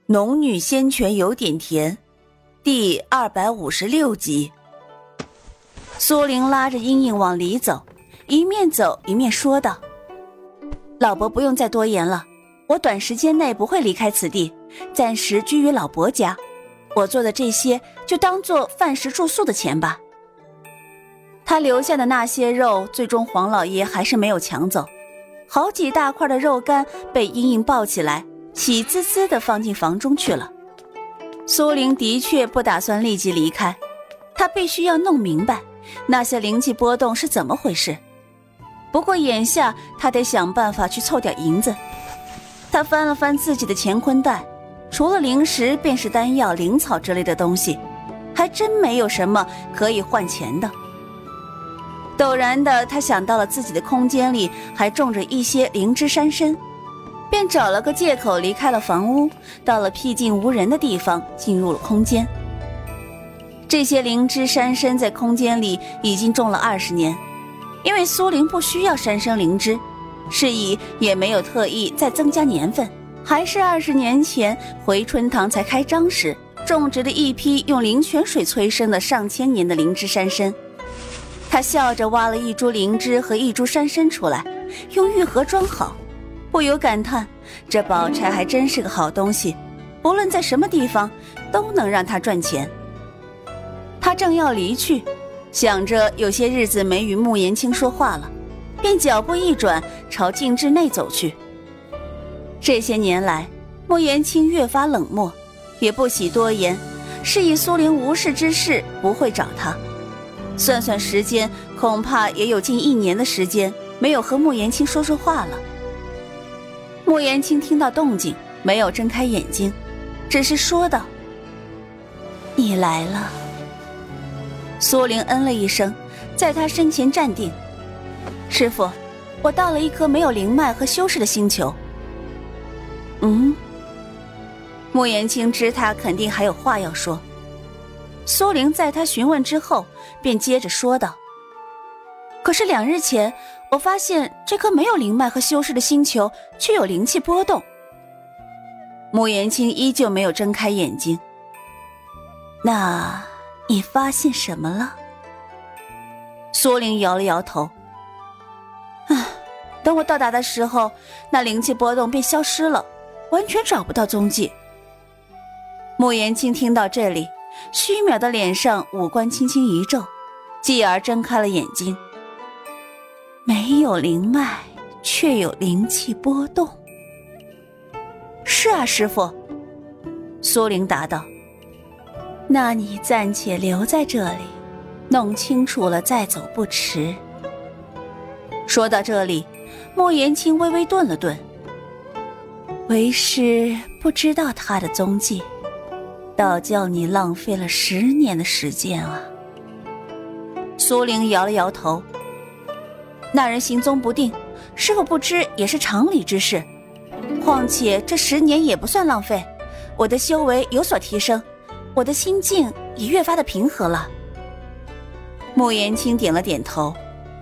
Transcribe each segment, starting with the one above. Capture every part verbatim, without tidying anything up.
农女仙泉有点甜第二百五十六集。苏玲拉着茵茵往里走，一面走一面说道：老伯不用再多言了，我短时间内不会离开此地，暂时居于老伯家，我做的这些就当做饭食住宿的钱吧。他留下的那些肉，最终黄老爷还是没有抢走，好几大块的肉干被茵茵抱起来喜滋滋地放进房中去了。苏玲的确不打算立即离开，她必须要弄明白那些灵气波动是怎么回事。不过眼下她得想办法去凑点银子。她翻了翻自己的乾坤袋，除了零食便是丹药灵草之类的东西，还真没有什么可以换钱的。陡然的她想到了自己的空间里还种着一些灵芝山参，便找了个借口离开了房屋，到了僻静无人的地方，进入了空间。这些灵芝山参在空间里已经种了二十年，因为苏玲不需要山参灵芝，是以也没有特意再增加年份，还是二十年前回春堂才开张时种植的一批用灵泉水催生的上千年的灵芝山参。他笑着挖了一株灵芝和一株山参出来，用玉盒装好，不由感叹，这宝钗还真是个好东西，不论在什么地方都能让他赚钱。他正要离去，想着有些日子没与穆言青说话了，便脚步一转，朝禁制内走去。这些年来，穆言青越发冷漠，也不喜多言，是以苏玲无事之事不会找他。算算时间，恐怕也有近一年的时间没有和穆言青说说话了。穆言青听到动静，没有睁开眼睛，只是说道：你来了。苏玲嗯了一声，在他身前站定。师父，我到了一颗没有灵脉和修士的星球。嗯？穆言青知他肯定还有话要说。苏玲在他询问之后，便接着说道：可是两日前，我发现这颗没有灵脉和修士的星球却有灵气波动。穆言青依旧没有睁开眼睛。那你发现什么了？苏玲摇了摇头。唉，等我到达的时候，那灵气波动便消失了，完全找不到踪迹。穆言青听到这里，虚渺的脸上五官轻轻一皱，继而睁开了眼睛。没有灵脉，却有灵气波动。是啊，师父。苏玲答道。那你暂且留在这里，弄清楚了再走不迟。说到这里，穆言青微微顿了顿。为师不知道他的踪迹，倒叫你浪费了十年的时间啊。苏玲摇了摇头。那人行踪不定，师父不知也是常理之事，况且这十年也不算浪费，我的修为有所提升，我的心境也越发的平和了。穆言青点了点头。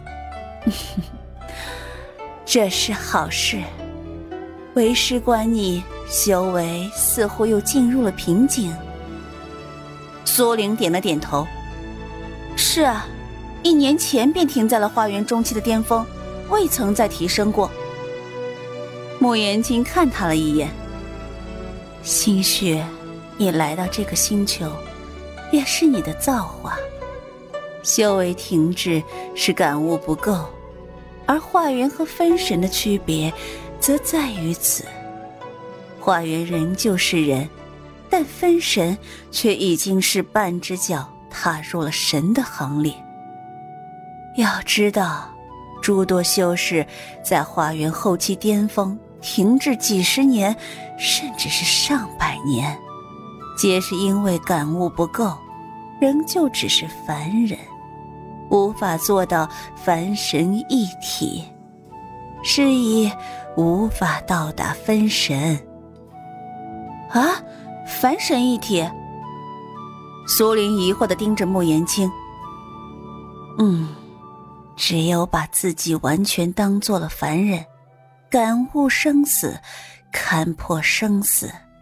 这是好事，为师观你修为似乎又进入了瓶颈。苏玲点了点头。是啊，一年前便停在了花园中期的巅峰，未曾再提升过。穆言青看他了一眼。兴许你来到这个星球也是你的造化，修为停滞是感悟不够，而化缘和分神的区别则在于此。化缘仍旧是人，但分神却已经是半只脚踏入了神的行列。要知道，诸多修士在化缘后期巅峰停滞几十年，甚至是上百年，皆是因为感悟不够，仍旧只是凡人，无法做到凡神一体，是以无法到达分神。啊，凡神一体？苏玲疑惑地盯着穆言青。嗯，只有把自己完全当做了凡人，感悟生死，看破生死，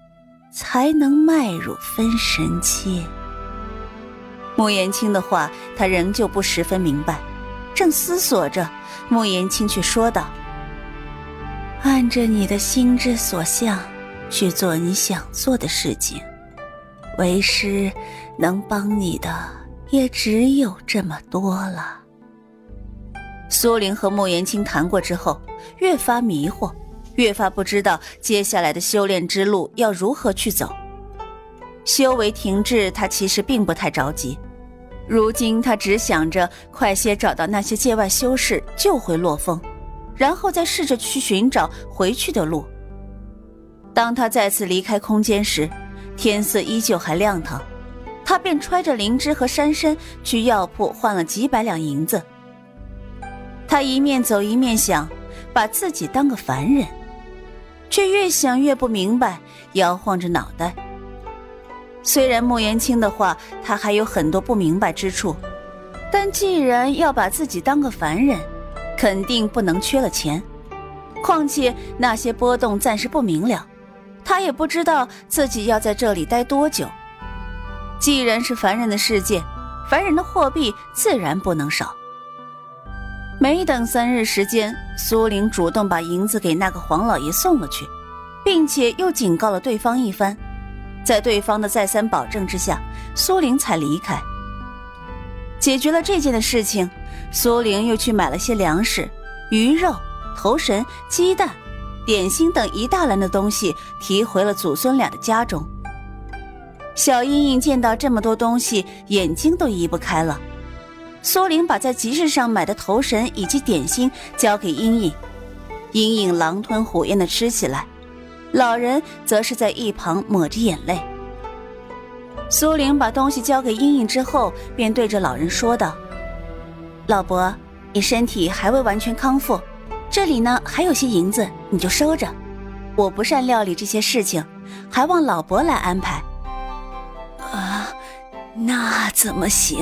才能迈入分神期。穆言青的话他仍旧不十分明白，正思索着，穆言青却说道：按着你的心之所向去做你想做的事情，为师能帮你的也只有这么多了。苏玲和穆言青谈过之后，越发迷惑，越发不知道接下来的修炼之路要如何去走。修为停滞，他其实并不太着急，如今他只想着快些找到那些界外修士救回洛风，然后再试着去寻找回去的路。当他再次离开空间时，天色依旧还亮堂，他便揣着灵芝和珊珊去药铺换了几百两银子。他一面走一面想把自己当个凡人，却越想越不明白，摇晃着脑袋。虽然穆言青的话他还有很多不明白之处，但既然要把自己当个凡人，肯定不能缺了钱。况且那些波动暂时不明了，他也不知道自己要在这里待多久。既然是凡人的世界，凡人的货币自然不能少。没等三日时间，苏玲主动把银子给那个黄老爷送了去，并且又警告了对方一番。在对方的再三保证之下，苏玲才离开。解决了这件的事情，苏玲又去买了些粮食、鱼肉、头绳、鸡蛋、点心等一大篮的东西，提回了祖孙俩的家中。小茵茵见到这么多东西，眼睛都移不开了。苏玲把在集市上买的头绳以及点心交给茵茵，茵茵狼吞虎咽地吃起来，老人则是在一旁抹着眼泪。苏玲把东西交给茵茵之后，便对着老人说道：老伯，你身体还未完全康复，这里呢还有些银子，你就收着，我不善料理这些事情，还望老伯来安排。啊，那怎么行？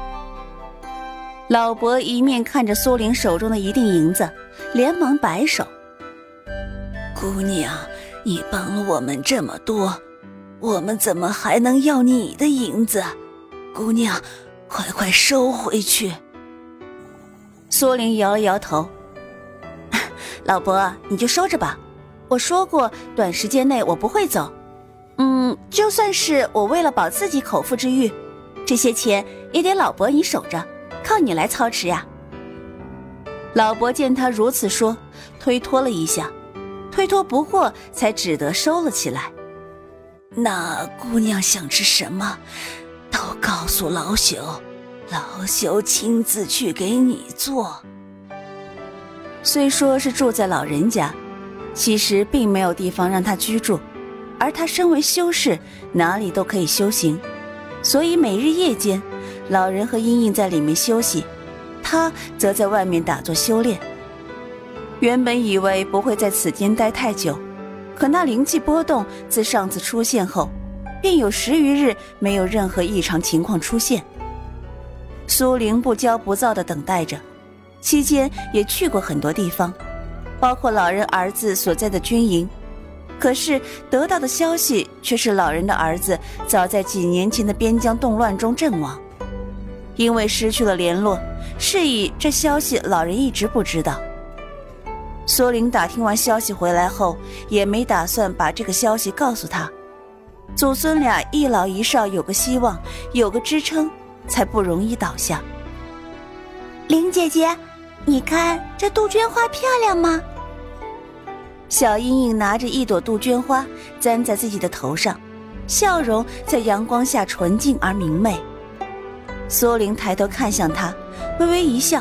老伯一面看着苏玲手中的一锭银子，连忙摆手：姑娘，你帮了我们这么多，我们怎么还能要你的银子？姑娘，快快收回去。苏玲摇了摇头：老伯，你就收着吧，我说过短时间内我不会走。嗯，就算是我为了保自己口腹之欲，这些钱也得老伯你守着，靠你来操持呀。老伯见他如此说，推脱了一下，推脱不过，才只得收了起来。那姑娘想吃什么，都告诉老朽，老朽亲自去给你做。虽说是住在老人家，其实并没有地方让他居住，而他身为修士，哪里都可以修行，所以每日夜间，老人和茵茵在里面休息，他则在外面打坐修炼。原本以为不会在此间待太久，可那灵气波动自上次出现后，便有十余日没有任何异常情况出现。苏玲不骄不躁地等待着，期间也去过很多地方，包括老人儿子所在的军营，可是得到的消息却是老人的儿子早在几年前的边疆动乱中阵亡。因为失去了联络，是以这消息老人一直不知道。苏玲打听完消息回来后，也没打算把这个消息告诉他。祖孙俩一老一少有个希望，有个支撑，才不容易倒下。玲姐姐，你看这杜鹃花漂亮吗？小茵茵拿着一朵杜鹃花簪在自己的头上，笑容在阳光下纯净而明媚。苏玲抬头看向她，微微一笑：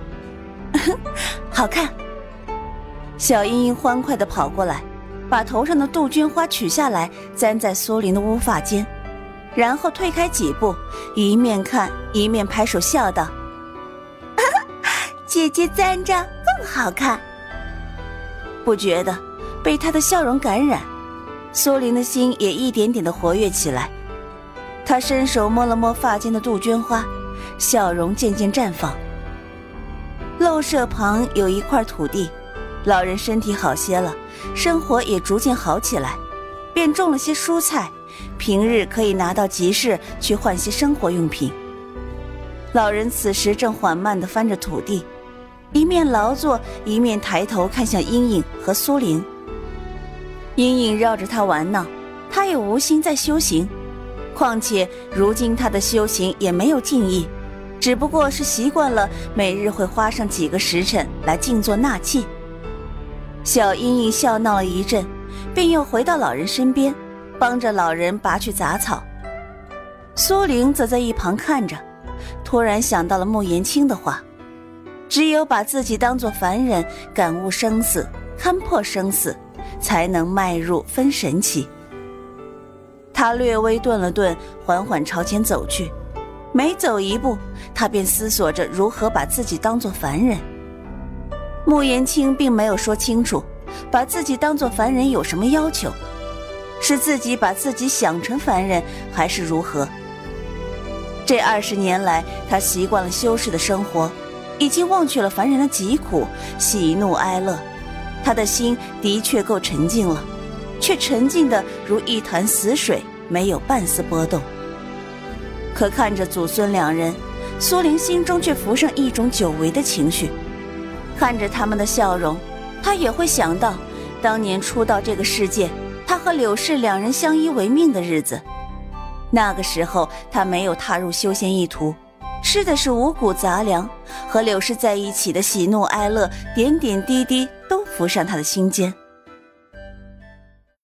好看。小茵茵欢快地跑过来，把头上的杜鹃花取下来簪在苏玲的乌发间，然后退开几步，一面看一面拍手笑道：姐姐簪着更好看。不觉得被她的笑容感染，苏玲的心也一点点地活跃起来。她伸手摸了摸发间的杜鹃花，笑容渐渐绽放。陋舍旁有一块土地，老人身体好些了，生活也逐渐好起来， 便种了些蔬菜，平日可以拿到集市去换些生活用品。老人此时正缓慢地翻着土地，一面劳作，一面抬头看向英英和苏玲。英英绕着他玩闹，他也无心在修行，况且如今他的修行也没有尽意，只不过是习惯了每日会花上几个时辰来静坐纳气。小英英笑闹了一阵，便又回到老人身边，帮着老人拔去杂草。苏玲则在一旁看着，突然想到了穆言青的话，只有把自己当作凡人，感悟生死，看破生死，才能迈入分神期。他略微顿了顿，缓缓朝前走去，每走一步，他便思索着如何把自己当作凡人。穆言青并没有说清楚把自己当作凡人有什么要求，是自己把自己想成凡人，还是如何？这二十年来，他习惯了修士的生活，已经忘却了凡人的疾苦、喜怒哀乐。他的心的确够沉静了，却沉静得如一潭死水，没有半丝波动。可看着祖孙两人，苏玲心中却浮上一种久违的情绪。看着他们的笑容，他也会想到当年初到这个世界，他和柳氏两人相依为命的日子。那个时候他没有踏入修仙一途，吃的是五谷杂粮，和柳氏在一起的喜怒哀乐，点点滴滴都浮上他的心间。